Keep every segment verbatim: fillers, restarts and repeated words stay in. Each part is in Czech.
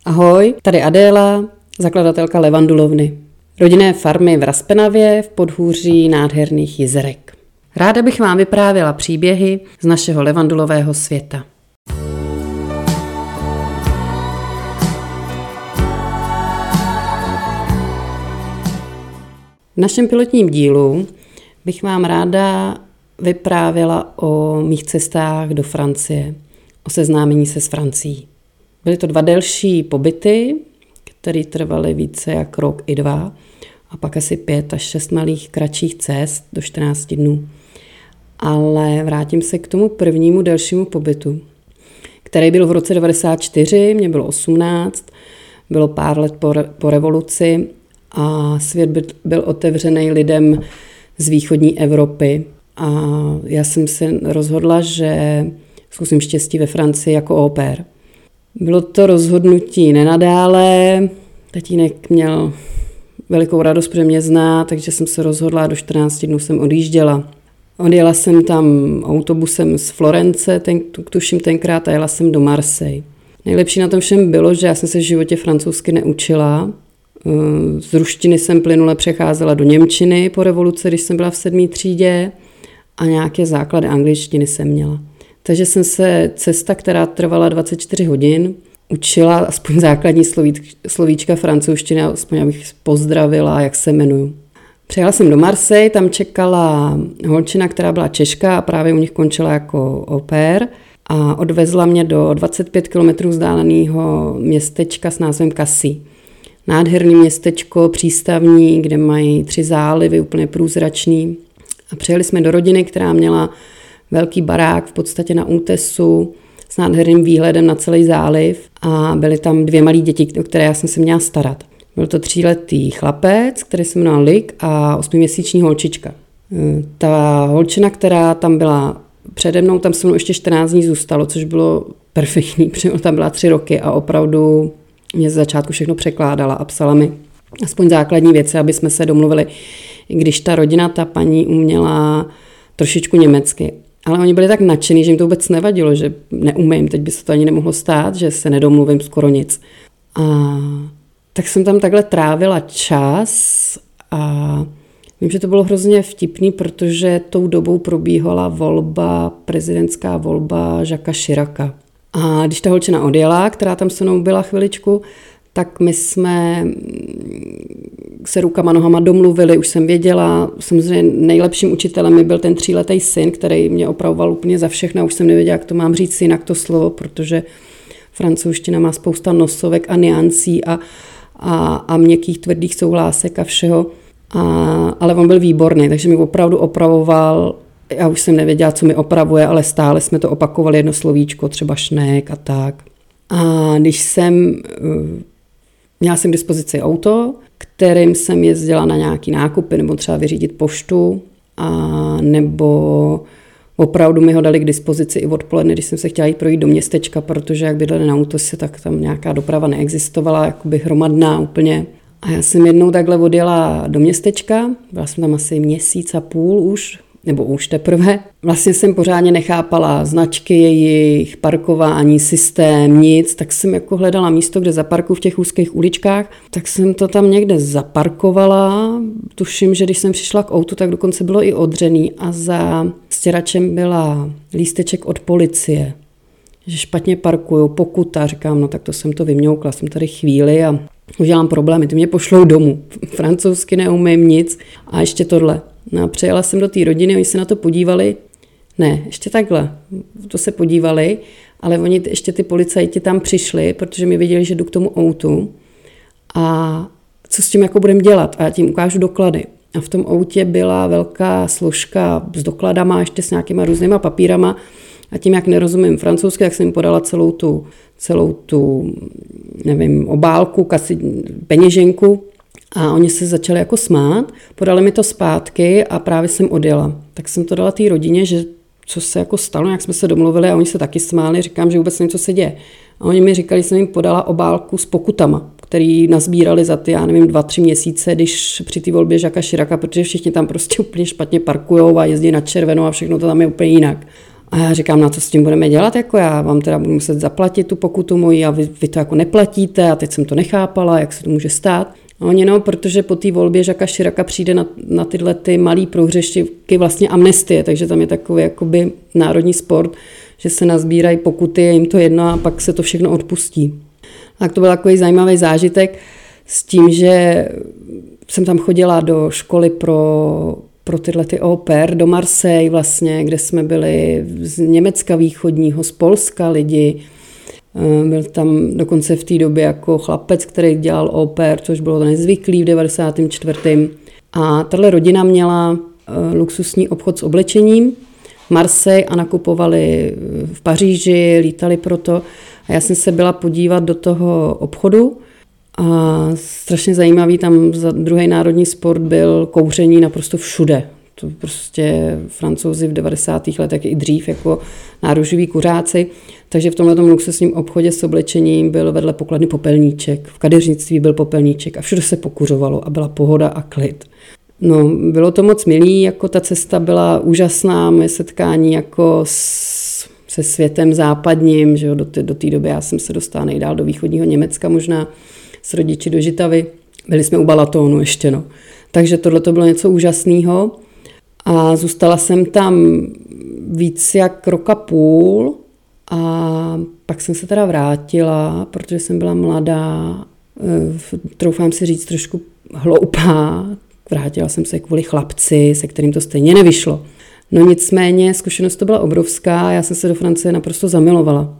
Ahoj, tady Adéla, zakladatelka Levandulovny, rodinné farmy v Raspenavě v podhůří nádherných jezerek. Ráda bych vám vyprávěla příběhy z našeho levandulového světa. V našem pilotním dílu bych vám ráda vyprávěla o mých cestách do Francie, o seznámení se s Francií. Byly to dva delší pobyty, které trvaly více jak rok i dva, a pak asi pět až šest malých kratších cest do čtrnáct dnů. Ale vrátím se k tomu prvnímu delšímu pobytu, který byl v roce devadesát čtyři, mě bylo osmnáct, bylo pár let po, re, po revoluci a svět byl, byl otevřený lidem z východní Evropy. A já jsem se rozhodla, že zkusím štěstí ve Francii jako au pair. Bylo to rozhodnutí nenadále, tatínek měl velikou radost, protože mě zná, takže jsem se rozhodla a do čtrnáct dnů jsem odjížděla. Odjela jsem tam autobusem z Florence, ten, tuším tenkrát, a jela jsem do Marseille. Nejlepší na tom všem bylo, že já jsem se v životě francouzsky neučila. Z ruštiny jsem plynule přecházela do němčiny po revoluci, když jsem byla v sedmé třídě, a nějaké základy angličtiny jsem měla. Takže jsem se cesta, která trvala dvacet čtyři hodin, učila aspoň základní slovíčka francouzštiny, aspoň abych pozdravila, jak se jmenuju. Přijela jsem do Marseille, tam čekala holčina, která byla Češka a právě u nich končila jako au pair a odvezla mě do dvacet pět kilometrů vzdáleného městečka s názvem Cassis. Nádherný městečko, přístavní, kde mají tři zálivy, úplně průzračný. A přijeli jsme do rodiny, která měla velký barák v podstatě na útesu s nádherným výhledem na celý záliv a byly tam dvě malé děti, o které já jsem se měla starat. Byl to tříletý chlapec, který se jmenoval Lik, a osmiměsíční holčička. Ta holčina, která tam byla přede mnou, tam se mnou ještě čtrnáct dní zůstalo, což bylo perfektní, protože tam byla tři roky a opravdu mě z začátku všechno překládala a psala mi aspoň základní věci, aby jsme se domluvili, i když ta rodina, ta paní uměla trošičku německy. Ale oni byli tak nadšení, že jim to vůbec nevadilo, že neumím, teď by se to ani nemohlo stát, že se nedomluvím skoro nic. A tak jsem tam takhle trávila čas a vím, že to bylo hrozně vtipný, protože tou dobou probíhala volba, prezidentská volba Jacquesa Chiraca. A když ta holčina odjela, která tam se mnou byla chviličku, tak my jsme se rukama nohama domluvili, už jsem věděla, samozřejmě nejlepším učitelem mi byl ten tříletý syn, který mě opravoval úplně za všechno, už jsem nevěděla, jak to mám říct jinak to slovo, protože francouzština má spousta nosovek a niancí a, a, a měkkých tvrdých souhlásek a všeho, a, ale on byl výborný, takže mi opravdu opravoval. Já už jsem nevěděla, co mi opravuje, ale stále jsme to opakovali jedno slovíčko, třeba šnek a tak. A když jsem, měla jsem k dispozici auto, kterým jsem jezdila na nějaký nákupy, nebo třeba vyřídit poštu, a nebo opravdu mi ho dali k dispozici i odpoledne, když jsem se chtěla jít projít do městečka, protože jak bydleli na autose, tak tam nějaká doprava neexistovala, jakoby hromadná úplně. A já jsem jednou takhle odjela do městečka, byla jsem tam asi měsíc a půl už, nebo už teprve. Vlastně jsem pořádně nechápala značky jejich, parkování, systém, nic, tak jsem jako hledala místo, kde zaparkuju v těch úzkých uličkách, tak jsem to tam někde zaparkovala. Tuším, že když jsem přišla k autu, tak dokonce bylo i odřený a za stěračem byla lísteček od policie, že špatně parkuju, pokuta. Říkám, no tak to jsem to vymňoukla, jsem tady chvíli a udělám problémy, ty mě pošlou domů. Francouzsky neumím nic a ještě tohle. No a přijela jsem do té rodiny, oni se na to podívali, ne, ještě takhle, to se podívali, ale oni ještě ty policajti tam přišli, protože mi viděli, že jdu k tomu autu a co s tím jako budem dělat, a já tím ukážu doklady. A v tom autě byla velká složka s dokladama, ještě s nějakýma různýma papírama, a tím, jak nerozumím francouzsky, tak jsem jim podala celou tu, celou tu, nevím, obálku, kasi, peněženku. A oni se začali jako smát, podali mi to zpátky a právě jsem odjela. Tak jsem to dala té rodině, že co se jako stalo, jak jsme se domluvili, a oni se taky smáli, říkám, že vůbec nevím, co se děje. A oni mi říkali, že jsem jim podala obálku s pokutama, který nazbírali za ty, já nevím, dva, tři měsíce, když při té volbě Jacquesa Chiraca, protože všichni tam prostě úplně špatně parkujou a jezdí na červenou a všechno to tam je úplně jinak. A já říkám, na co s tím budeme dělat, jako já vám teda budu muset zaplatit tu pokutu moji a vy, vy to jako neplatíte a teď jsem to nechápala, jak se to může stát. A oni no, protože po té volbě Jacquesa Chiraca přijde na, na tyhle ty malý prohřešky vlastně amnestie, takže tam je takový jakoby národní sport, že se nazbírají pokuty, je jim to jedno a pak se to všechno odpustí. Tak to byl takový zajímavý zážitek s tím, že jsem tam chodila do školy pro, pro tyhle ty au pair, do Marseille vlastně, kde jsme byli z Německa východního, z Polska lidi. Byl tam dokonce v té době jako chlapec, který dělal au pair, což bylo nezvyklý v devadesátém čtvrtém A tahle rodina měla luxusní obchod s oblečením v Marseille a nakupovali v Paříži, lítali proto. A já jsem se byla podívat do toho obchodu a strašně zajímavý, tam za druhý národní sport byl kouření naprosto všude. To prostě Francouzi v devadesátých letech i dřív jako náruživí kuřáci. Takže v tomhle luxusním obchodě s oblečením byl vedle pokladny popelníček, v kadeřnictví byl popelníček a všude se pokuřovalo a byla pohoda a klid. No, bylo to moc milý, jako ta cesta byla úžasná, moje setkání jako s, se světem západním, že jo, do té do té doby já jsem se dostala nejdál do východního Německa možná s rodiči do Žitavy. Byli jsme u Balatonu ještě, no. Takže tohle to bylo něco úžasného a zůstala jsem tam víc jak roka půl a pak jsem se teda vrátila, protože jsem byla mladá, troufám si říct trošku hloupá, vrátila jsem se kvůli chlapci, se kterým to stejně nevyšlo. No nicméně zkušenost to byla obrovská, já jsem se do Francie naprosto zamilovala.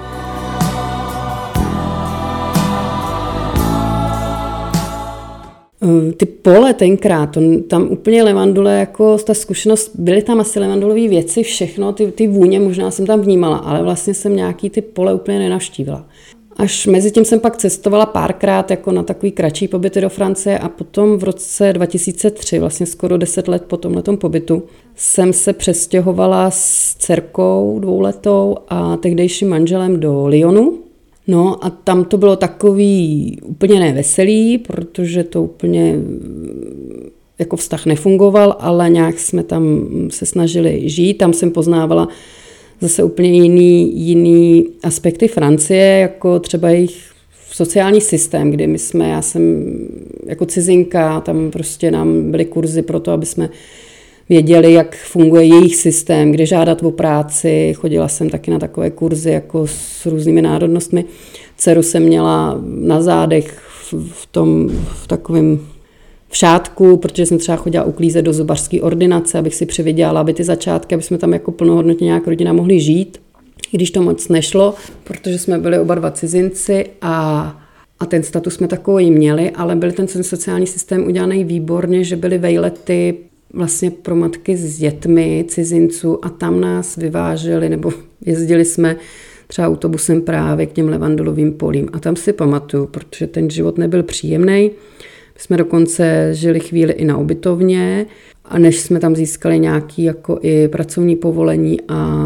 Ty pole tenkrát, to, tam úplně levandule, jako ta zkušenost, byly tam asi levandulové věci, všechno, ty, ty vůně možná jsem tam vnímala, ale vlastně jsem nějaký ty pole úplně nenavštívila. Až mezi tím jsem pak cestovala párkrát jako na takový kratší pobyty do Francie a potom v roce dva tisíce tři, vlastně skoro deset let po tomhletom pobytu, jsem se přestěhovala s dcerkou dvouletou a tehdejším manželem do Lyonu. No a tam to bylo takový úplně neveselý, protože to úplně jako vztah nefungoval, ale nějak jsme tam se snažili žít. Tam jsem poznávala zase úplně jiný, jiný aspekty Francie, jako třeba jejich sociální systém, kdy my jsme, já jsem jako cizinka, tam prostě nám byly kurzy pro to, aby jsme věděli, jak funguje jejich systém, kde žádat o práci. Chodila jsem taky na takové kurzy jako s různými národnostmi. Dceru jsem měla na zádech v tom, v takovém v šátku, protože jsem třeba chodila uklízet do zubařské ordinace, abych si přivydělala, aby ty začátky, aby jsme tam jako plnohodnotně nějak rodina mohli žít. I když to moc nešlo, protože jsme byli oba dva cizinci a, a ten status jsme takový měli, ale byl ten sociální systém udělaný výborně, že byly vejlety vlastně pro matky s dětmi, cizinců a tam nás vyváželi, nebo jezdili jsme třeba autobusem právě k těm levandulovým polím. A tam si pamatuju, protože ten život nebyl příjemný. My jsme dokonce žili chvíli i na ubytovně a než jsme tam získali nějaký jako i pracovní povolení a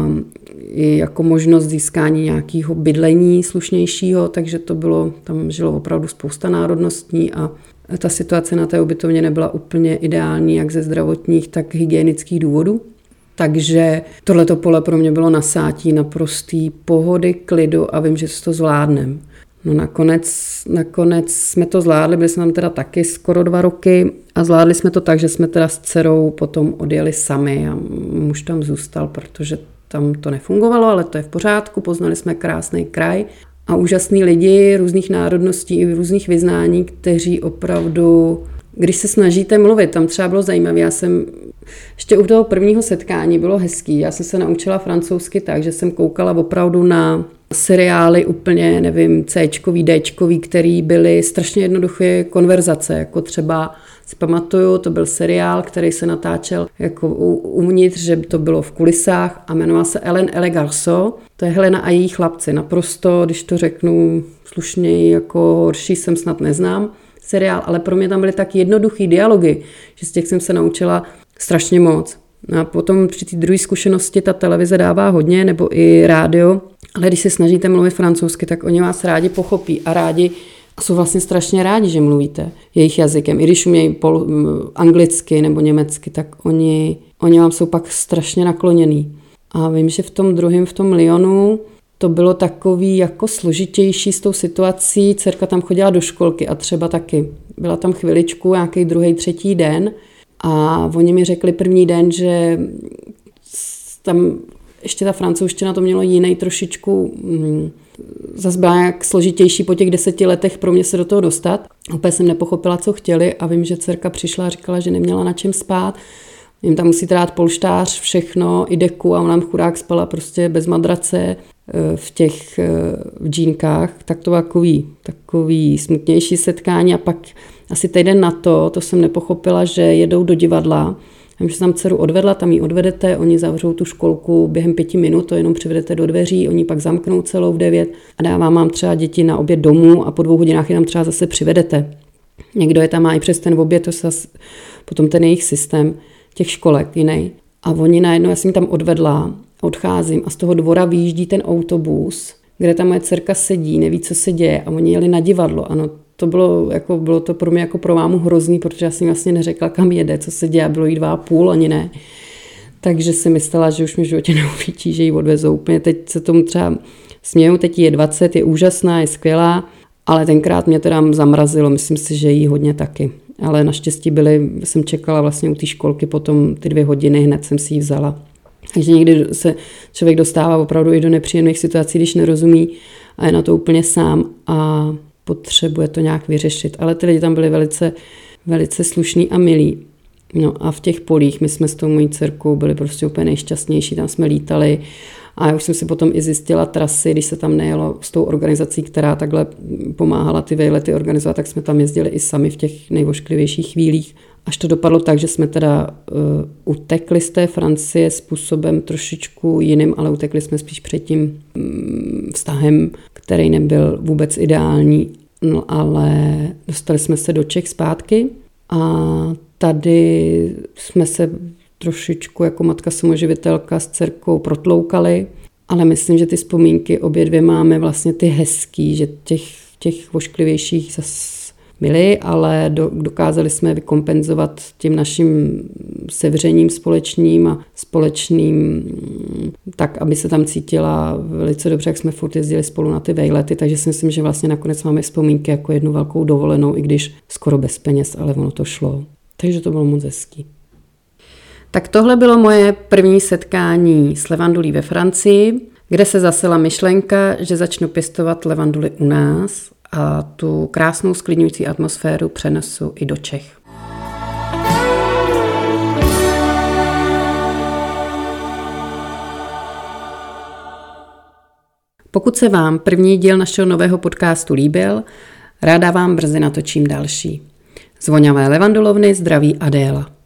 i jako možnost získání nějakého bydlení slušnějšího, takže to bylo, tam žilo opravdu spousta národností a ta situace na té ubytovně nebyla úplně ideální, jak ze zdravotních, tak hygienických důvodů. Takže tohleto pole pro mě bylo nasátí naprostý pohody, klidu a vím, že si to zvládneme. No nakonec, nakonec jsme to zvládli, byli jsme tam teda taky skoro dva roky a zvládli jsme to tak, že jsme teda s dcerou potom odjeli sami a muž tam zůstal, protože tam to nefungovalo, ale to je v pořádku, poznali jsme krásný kraj a úžasný lidi různých národností i různých vyznání, kteří opravdu, když se snažíte mluvit, tam třeba bylo zajímavé, já jsem ještě u toho prvního setkání bylo hezký, já jsem se naučila francouzsky tak, že jsem koukala opravdu na seriály úplně, nevím, Cčkový, Dčkový, který byly strašně jednoduché konverzace, jako třeba si pamatuju, to byl seriál, který se natáčel jako uvnitř, že to bylo v kulisách a jmenoval se Ellen et les garçons. To je Helena a její chlapci. Naprosto, když to řeknu slušněji, jako horší jsem snad neznám seriál, ale pro mě tam byly tak jednoduchý dialogy, že z těch jsem se naučila strašně moc. A potom při té druhé zkušenosti ta televize dává hodně, nebo i rádio, ale když se snažíte mluvit francouzsky, tak oni vás rádi pochopí a rádi a jsou vlastně strašně rádi, že mluvíte jejich jazykem. I když umějí pol, anglicky nebo německy, tak oni, oni vám jsou pak strašně nakloněný. A vím, že v tom druhém, v tom Lyonu, to bylo takový jako složitější s tou situací. Dcerka tam chodila do školky a třeba taky. Byla tam chviličku, nějaký druhý, třetí den a oni mi řekli první den, že tam ještě ta francouzština to mělo jiný trošičku, hm, zase byla jak složitější po těch deseti letech pro mě se do toho dostat. Opět jsem nepochopila, co chtěli a vím, že dcerka přišla a říkala, že neměla na čem spát. Jim tam musí dát polštář, všechno, i deku a ona tam chudák spala prostě bez madrace v těch v džínkách. Tak to bylo takový, takový smutnější setkání a pak asi týden na to, to jsem nepochopila, že jedou do divadla. Vím, že tam dceru odvedla, tam ji odvedete, oni zavřou tu školku během pěti minut, to jenom přivedete do dveří, oni pak zamknou celou v devět a dávám vám třeba děti na oběd domů a po dvou hodinách je tam třeba zase přivedete. Někdo je tam má i přes ten oběd, to je potom ten jejich systém těch školek jiný. A oni najednou, já jsem tam odvedla, odcházím a z toho dvora vyjíždí ten autobus, kde ta moje dcerka sedí, neví, co se děje a oni jeli na divadlo. Ano, to bylo, jako, bylo to pro mě jako pro mámu hrozný, protože já jsem vlastně neřekla, kam jede, co se děje, a bylo jí dva a půl, ani ne. Takže si myslela, že už mi v životě neuvidí, že ji odvezou. Úplně teď se tomu třeba směju, teď je dvacet, je úžasná, je skvělá, ale tenkrát mě teda zamrazilo, myslím si, že jí hodně taky. Ale naštěstí byly, jsem čekala vlastně u té školky potom ty dvě hodiny, hned jsem si ji vzala. Takže někdy se člověk dostává opravdu i do nepříjemných situací, když nerozumí a je na to úplně sám a potřebuje to nějak vyřešit. Ale ty lidi tam byli velice, velice slušní a milí. No a v těch polích my jsme s tou mojí dcerkou byli prostě úplně nejšťastnější, tam jsme lítali a já už jsem si potom i zjistila trasy, když se tam nejelo s tou organizací, která takhle pomáhala ty vejlety organizovat, tak jsme tam jezdili i sami v těch nejvošklivějších chvílích. Až to dopadlo tak, že jsme teda uh, utekli z té Francie způsobem trošičku jiným, ale utekli jsme spíš před tím um, vztahem, který nebyl vůbec ideální, no ale dostali jsme se do Čech zpátky a tady jsme se trošičku jako matka samoživitelka s dcerkou protloukali, ale myslím, že ty vzpomínky obě dvě máme vlastně ty hezký, že těch, těch vošklivějších zase byly, ale do, dokázali jsme vykompenzovat tím naším sevřením společným a společným tak, aby se tam cítila velice dobře, jak jsme furt jezdili spolu na ty vejlety, takže si myslím, že vlastně nakonec máme vzpomínky jako jednu velkou dovolenou, i když skoro bez peněz, ale ono to šlo. Takže to bylo moc hezký. Tak tohle bylo moje první setkání s levandulí ve Francii, kde se zasela myšlenka, že začnu pěstovat levanduly u nás a tu krásnou sklidňující atmosféru přenesu i do Čech. Pokud se vám první díl našeho nového podcastu líbil, ráda vám brzy natočím další. Z voňavé levandulovny zdraví Adéla.